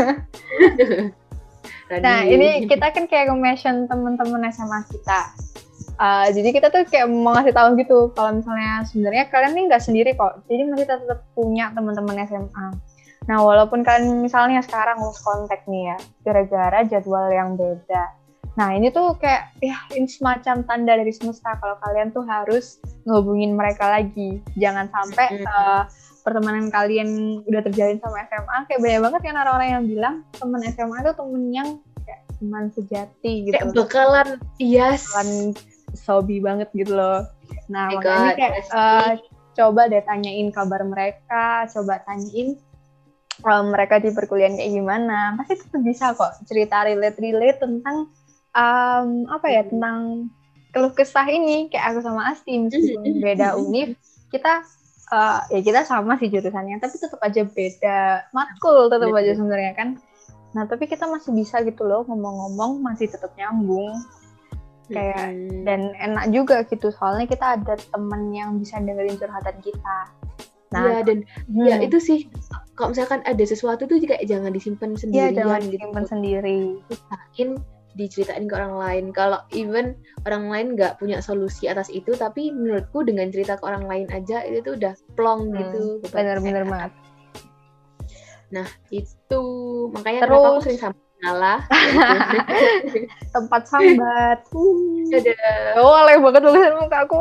Rani. Nah, ini kita kan kayak nge-mention teman-teman S M A kita. Uh, jadi kita tuh kayak mau ngasih tahu gitu kalau misalnya sebenarnya kalian nih nggak sendiri kok. Jadi masih tetap punya teman-teman S M A. Nah, walaupun kalian misalnya sekarang lost contact nih ya, gara-gara jadwal yang beda. Nah, ini tuh kayak ya ini semacam tanda dari semesta kalau kalian tuh harus ngehubungin mereka lagi. Jangan sampai uh, pertemanan kalian udah terjalin sama S M A, kayak banyak banget kan orang-orang yang bilang teman S M A itu temen yang kayak teman sejati gitu. Kayak bakalan, yes. Bakalan sobi banget gitu loh. Nah, oh makanya God, kayak uh, coba deh tanyain kabar mereka, coba tanyain uh, mereka di perkuliahan kayak gimana. Pasti tetap bisa kok cerita relate-relate tentang um, apa ya, tentang keluh kesah ini. Kayak aku sama Asti, meskipun beda univ, kita uh, ya kita sama sih jurusannya, tapi tetap aja beda matkul tetap aja sebenarnya kan. Nah, tapi kita masih bisa gitu loh ngomong-ngomong, masih tetap nyambung. Kayak hmm. dan enak juga gitu soalnya kita ada temen yang bisa dengerin curhatan kita. Nah, ya, dan hmm. ya itu sih kalau misalkan ada sesuatu tuh juga jangan disimpan sendirian. Iya, jangan disimpan gitu. Sendiri. Ceritain, diceritain ke orang lain. Kalau even orang lain nggak punya solusi atas itu, tapi menurutku dengan cerita ke orang lain aja itu tuh udah plong hmm. gitu. Bener-bener banget. Nah, itu makanya Terus, kenapa aku sering sama Nala tempat sambat. Uh. Oh, alay banget tulisan muka aku.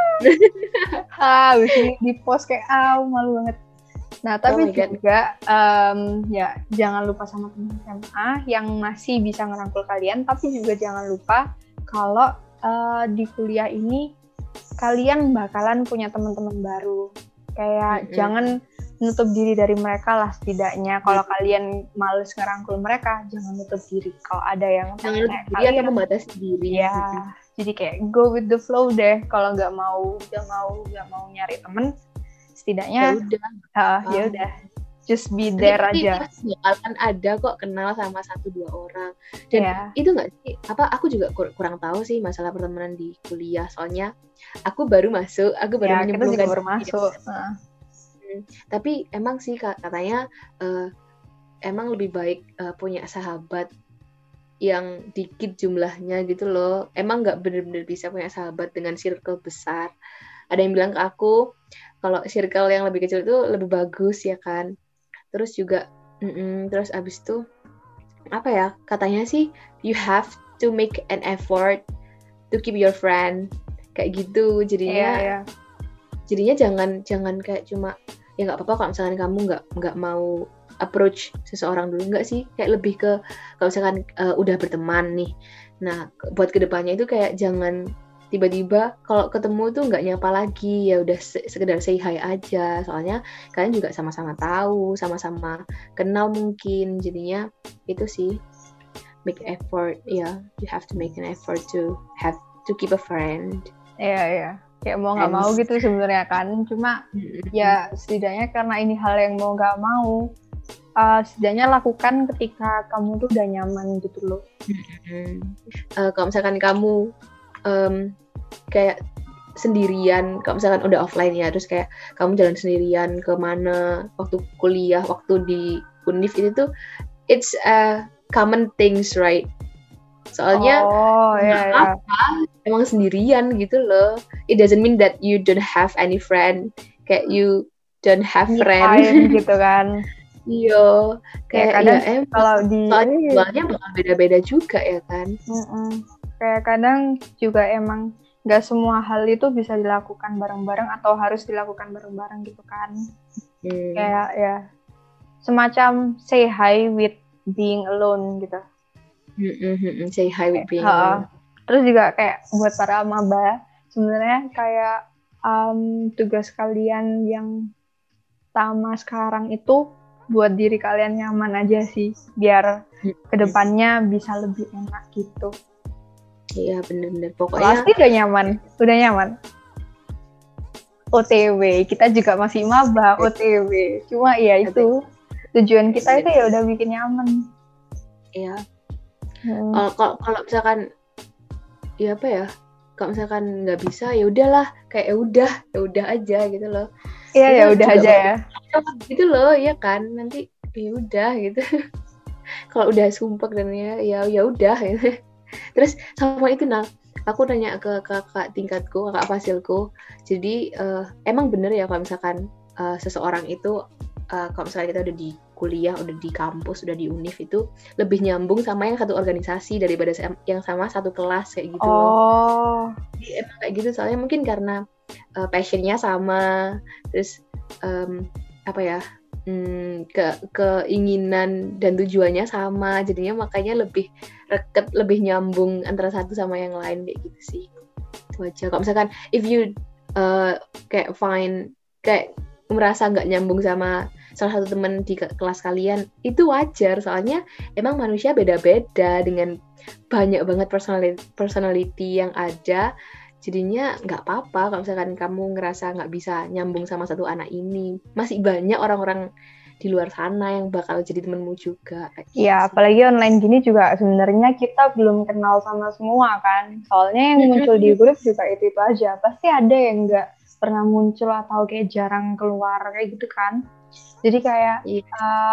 Ah, habis ini di post kayak ah, malu banget. Nah, tapi oh juga um, ya jangan lupa sama teman S M A yang masih bisa ngerangkul kalian, tapi juga jangan lupa kalau uh, di kuliah ini kalian bakalan punya teman-teman baru. Kayak mm-hmm. jangan nutup diri dari mereka lah setidaknya. Kalau hmm. kalian males ngerangkul mereka, jangan nutup diri. Kalau ada yang jangan nutup diri atau membatasi diri. Ya, gitu. Jadi kayak go with the flow deh. Kalau nggak mau, nggak mau, nggak mau nyari temen, setidaknya ya udah. Uh, ya udah, just be there Tapi, aja. Akan ada kok kenal sama satu dua orang. Dan yeah. itu nggak sih? Apa? Aku juga kur- kurang tahu sih masalah pertemanan di kuliah. Soalnya aku baru masuk, aku baru ya, menyemplungkan. Kita juga baru masuk. Uh. Tapi emang sih katanya uh, emang lebih baik uh, punya sahabat yang dikit jumlahnya gitu loh. Emang nggak benar-benar bisa punya sahabat dengan circle besar. Ada yang bilang ke aku kalau circle yang lebih kecil itu lebih bagus ya kan. Terus juga terus abis itu apa ya, katanya sih you have to make an effort to keep your friend kayak gitu. Jadinya yeah, yeah. jadinya jangan jangan kayak cuma ya nggak apa-apa kalau misalkan kamu nggak nggak mau approach seseorang dulu, nggak sih, kayak lebih ke kalau misalkan uh, udah berteman nih, nah buat kedepannya itu kayak jangan tiba-tiba kalau ketemu tuh nggak nyapa lagi, ya udah se- sekedar say hi aja, soalnya kalian juga sama-sama tahu, sama-sama kenal mungkin, jadinya itu sih make effort, ya yeah, you have to make an effort to have to keep a friend. Iya yeah, iya. Yeah. Kayak mau nggak mau gitu sebenarnya kan, cuma ya setidaknya karena ini hal yang mau nggak mau, uh, setidaknya lakukan ketika kamu tuh udah nyaman gitu loh. Uh, kalau misalkan kamu um, kayak sendirian, kalau misalkan udah offline ya, terus kayak kamu jalan sendirian kemana waktu kuliah, waktu di univ itu tuh it's a common things, right? Soalnya oh, iya, iya. apa emang sendirian gitu loh. It doesn't mean that you don't have any friend, kayak you don't have friend gitu kan. Iya, kayak kadang ya, em, kalau di soalnya bakal beda-beda juga ya kan. Mm-mm. Kayak kadang juga emang nggak semua hal itu bisa dilakukan bareng-bareng atau harus dilakukan bareng-bareng gitu kan. Hmm. Kayak ya semacam say hi with being alone gitu. Mm-hmm. Say hi with being uh, alone. Terus juga kayak buat para maba, sebenarnya kayak um, tugas kalian yang pertama sekarang itu buat diri kalian nyaman aja sih, biar kedepannya bisa lebih enak gitu. Iya bener-bener, pokoknya pasti udah nyaman, udah nyaman. O T W, kita juga masih maba O T W. Cuma ya itu tujuan kita itu ya udah bikin nyaman. Iya. Hmm. Kalau kalau misalkan ya apa ya? Kalau misalkan nggak bisa ya udahlah, kayak ya udah, ya udah aja gitu loh. Iya ya udah aja ya. Gitu loh, ya kan? Nanti ya udah gitu. Kalau udah sumpek dan ya ya ya udah gitu. Terus sama itu Nal, aku nanya ke kakak tingkatku, kakak fasilku. Jadi uh, emang bener ya kalau misalkan uh, seseorang itu uh, kalau misalkan kita udah di kuliah, udah di kampus, udah di univ itu lebih nyambung sama yang satu organisasi daripada yang sama satu kelas kayak gitu. Oh. Loh. Jadi emang kayak gitu, soalnya mungkin karena uh, passionnya sama, terus um, apa ya? Hmm, ke keinginan dan tujuannya sama, jadinya makanya lebih reket, lebih nyambung antara satu sama yang lain kayak gitu sih. Itu aja. Kalau misalkan if you uh, kayak find kayak merasa nggak nyambung sama salah satu teman di kelas kalian, itu wajar, soalnya emang manusia beda-beda dengan banyak banget personality, personality yang ada. Jadinya nggak apa-apa kalau misalkan kamu ngerasa nggak bisa nyambung sama satu anak ini. Masih banyak orang-orang di luar sana yang bakal jadi temenmu juga. Iya, apalagi online gini juga sebenarnya kita belum kenal sama semua kan. Soalnya yang muncul di grup juga itu-itu aja. Pasti ada yang nggak pernah muncul atau kayak jarang keluar kayak gitu kan. Jadi kayak yeah.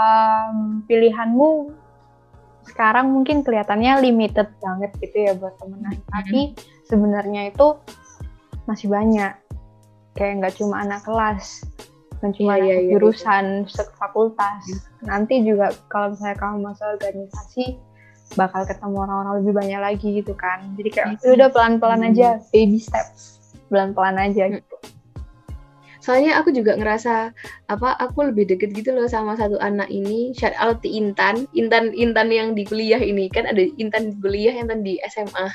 um, pilihanmu sekarang mungkin kelihatannya limited banget gitu ya buat temenan. Mm-hmm. Tapi sebenarnya itu masih banyak. Kayak nggak cuma anak kelas, bukan cuma yeah, yeah, jurusan yeah. fakultas. Yeah. Nanti juga kalau misalnya kamu masuk organisasi, bakal ketemu orang-orang lebih banyak lagi gitu kan. Jadi kayak mm-hmm. udah pelan-pelan mm-hmm. aja, baby steps, pelan-pelan aja mm-hmm. gitu. Soalnya aku juga ngerasa apa aku lebih deket gitu loh sama satu anak ini. Shout out to Intan, Intan Intan yang di kuliah ini, kan ada Intan di kuliah, Intan di S M A.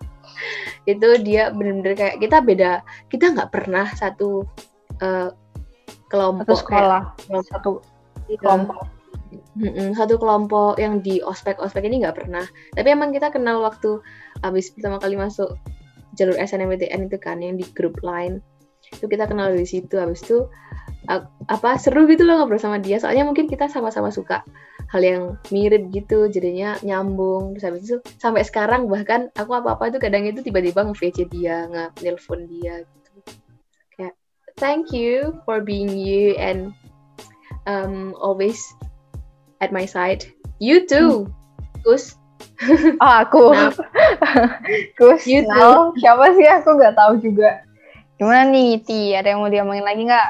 Itu dia benar-benar kayak kita beda, kita nggak pernah satu uh, kelompok satu sekolah, kayak, satu kelompok. Mm-mm, satu kelompok yang di ospek-ospek ini nggak pernah. Tapi emang kita kenal waktu habis pertama kali masuk jalur S N M P T N itu kan, yang di grup line. Itu kita kenal dari situ. Habis itu apa seru gitu loh ngobrol sama dia, soalnya mungkin kita sama-sama suka hal yang mirip gitu, jadinya nyambung. Terus habis itu sampai sekarang bahkan aku apa-apa itu kadang itu tiba-tiba nge-V C dia, nge-nelpon dia gitu. Kayak thank you for being you and um, always at my side. You too, Kus. Oh, aku. Nah. Kus. You too. Siapa sih, aku nggak tahu juga. Gimana nih, Ti? Ada yang mau diomongin lagi nggak?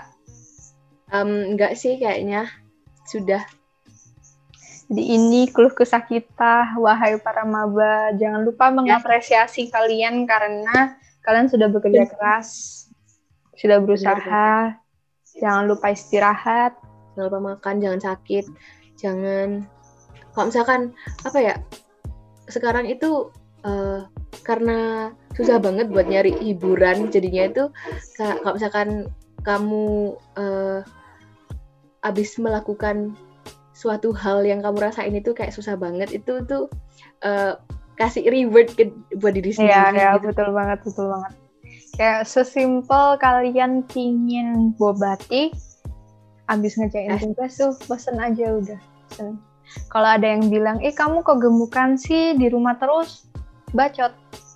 Um, nggak sih, kayaknya sudah. Jadi ini keluh kesah kita, wahai para maba. Jangan lupa mengapresiasi ya. Kalian karena kalian sudah bekerja keras, sudah berusaha. Jangan lupa istirahat. Jangan lupa makan, jangan sakit. Jangan, kalau misalkan, apa ya, sekarang itu uh, karena susah banget buat nyari hiburan, jadinya itu kalau misalkan kamu uh, abis melakukan suatu hal yang kamu rasain itu kayak susah banget, itu tuh uh, kasih reward ke buat diri sendiri. Iya, ya, gitu. Betul banget, betul banget. Kayak sesimpel kalian pingin boba tea, abis ngerjain tugas tuh pesen aja udah. Pesen. Kalau ada yang bilang, eh kamu kok gemukan sih di rumah terus, bacot.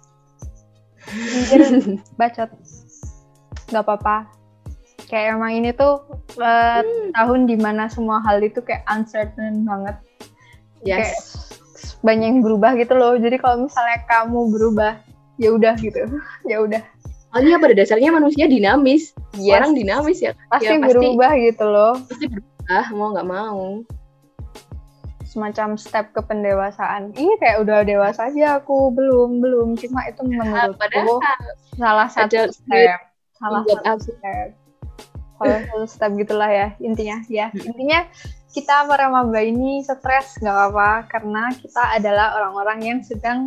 Anjir, bacot. Gak apa-apa. Kayak emang ini tuh uh, hmm. tahun dimana semua hal itu kayak uncertain banget. Yes. Kayak banyak yang berubah gitu loh. Jadi kalau misalnya kamu berubah, ya udah gitu. Ya udah. Soalnya pada dasarnya manusia dinamis. Yes. Orang dinamis ya. Pasti ya, berubah pasti, gitu loh. Pasti berubah, mau nggak mau. Semacam step ke pendewasaan. Iya kayak udah dewasa aja aku, belum belum. Cuma itu menurutku salah satu step. Salah satu step. Salah satu step gitulah ya intinya. Ya intinya kita para maba ini stres nggak apa-apa karena kita adalah orang-orang yang sedang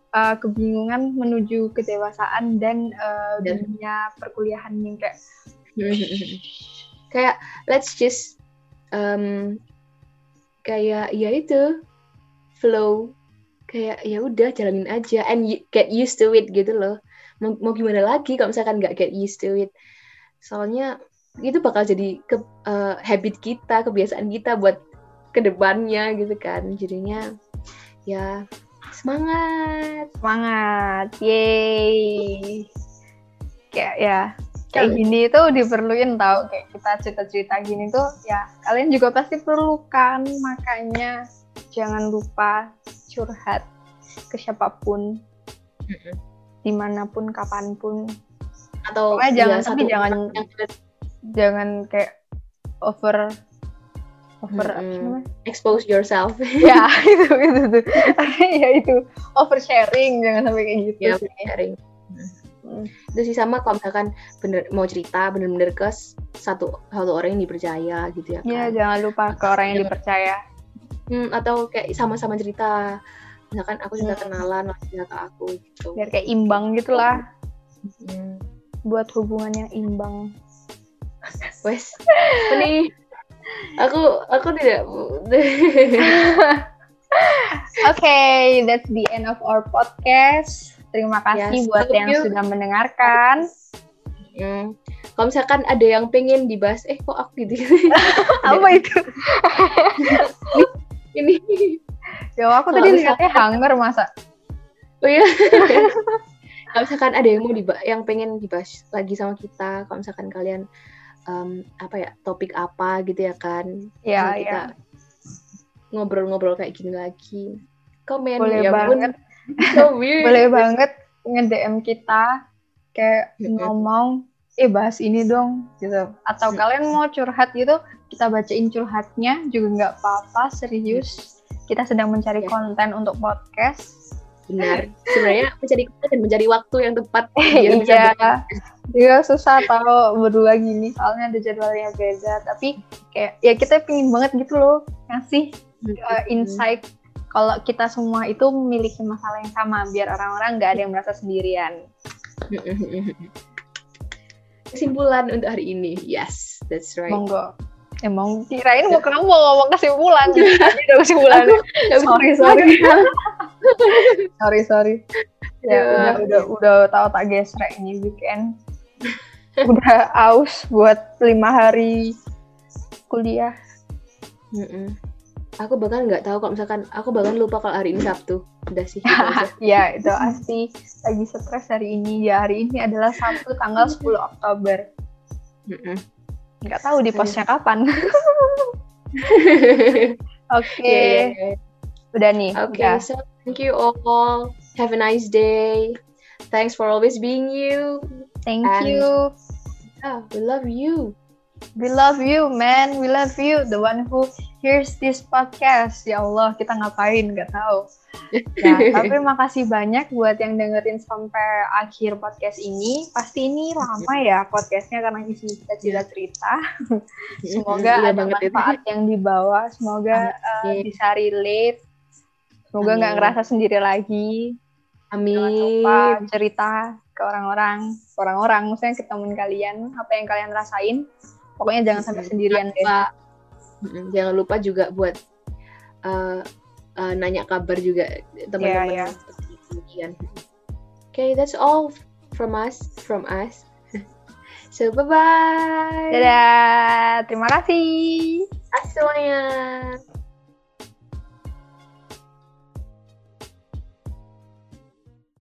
uh, kebingungan menuju kedewasaan dan uh, dunia perkuliahan yang kayak kayak let's just um, kayak ya itu flow, kayak ya udah jalanin aja and get used to it gitu loh. Mau, mau gimana lagi kalau misalkan nggak get used to it, soalnya itu bakal jadi ke, uh, habit kita, kebiasaan kita buat kedepannya gitu kan. Jadinya ya semangat semangat yeay. Kayak ya kayak gini tuh diperluin tau, kayak kita cerita-cerita gini tuh ya kalian juga pasti perlukan, makanya jangan lupa curhat ke siapapun, mm-mm. dimanapun kapanpun, atau pokoknya jangan ya, tapi jangan yang... jangan kayak over over mm-hmm. expose yourself. Ya itu itu tuh ya itu oversharing, jangan sampai kayak gitu. Ya, oversharing. Hmm. Itu sih sama kalau misalkan bener mau cerita bener-bener ke satu satu orang yang dipercaya gitu ya kan. Ya jangan lupa ke orang yang dipercaya. Hmm, atau kayak sama-sama cerita. Misalkan aku sudah kenalan lagi ke aku gitu. Biar kayak imbang gitulah. Hmm. Buat hubungan yang imbang. Wes. Ini aku aku tidak. Okay, that's the end of our podcast. Terima kasih yes, buat yang you. sudah mendengarkan. Hmm. Kalau misalkan ada yang pengen dibahas, eh kok aku gitu? Apa itu? Ini. Ya aku tadi lihatnya hanger masa. Oh iya. Kalau misalkan ada yang mau dibahas, yang pengen dibahas lagi sama kita, kalau misalkan kalian um, apa ya topik apa gitu ya kan? Iya iya. Ngobrol-ngobrol kayak gini lagi. Komen boleh ya banget. So weird. Boleh banget nge-D M kita kayak ngomong, eh bahas ini dong gitu. Atau kalian mau curhat gitu, kita bacain curhatnya juga nggak apa-apa, serius. Kita sedang mencari yeah. konten untuk podcast. Benar. Sebenarnya mencari konten dan mencari waktu yang tepat. Iya. Juga susah tahu berdua gini, soalnya ada jadwalnya beda. Tapi kayak ya kita pingin banget gitu loh ngasih uh, insight. Kalau kita semua itu memiliki masalah yang sama, biar orang-orang nggak ada yang merasa sendirian. Kesimpulan untuk hari ini, yes, that's right. Monggo. Emang kirain mau kamu mau ngomong kesimpulan, jadi udah kesimpulan. sorry sorry. sorry sorry. Ya yeah. udah udah udah tahu tak gesrek ini weekend. Udah aus buat lima hari kuliah. Mm-mm. Aku bahkan nggak tahu kalau misalkan aku bahkan lupa kalau hari ini Sabtu. Udah sih. Ya itu pasti lagi stres hari ini. Ya hari ini adalah Sabtu tanggal sepuluh Oktober. Mm-mm. Nggak tahu di postnya kapan. Oke. Okay. Yeah, yeah, yeah. Udah nih. Oke. Okay, so thank you all. Have a nice day. Thanks for always being you. Thank And, you. Yeah, we love you. We love you, man. We love you. The one who hears this podcast. Ya Allah, kita ngapain? Nggak tahu. Nah, tapi makasih banyak buat yang dengerin sampai akhir podcast ini. Pasti ini lama ya podcastnya karena isi kita cerita-cerita. Semoga ada manfaat yang dibawa. Semoga uh, bisa relate. Semoga nggak ngerasa sendiri lagi. Amin. Jangan lupa cerita ke orang-orang. Orang-orang, maksudnya ke teman kalian. Apa yang kalian rasain. Pokoknya jangan sampai sendirian deh. Jangan lupa juga buat uh, uh, nanya kabar juga teman-teman. Yeah, yeah. Okay, that's all from us, from us. So bye bye. Dadah. Terima kasih. Terima kasih semuanya.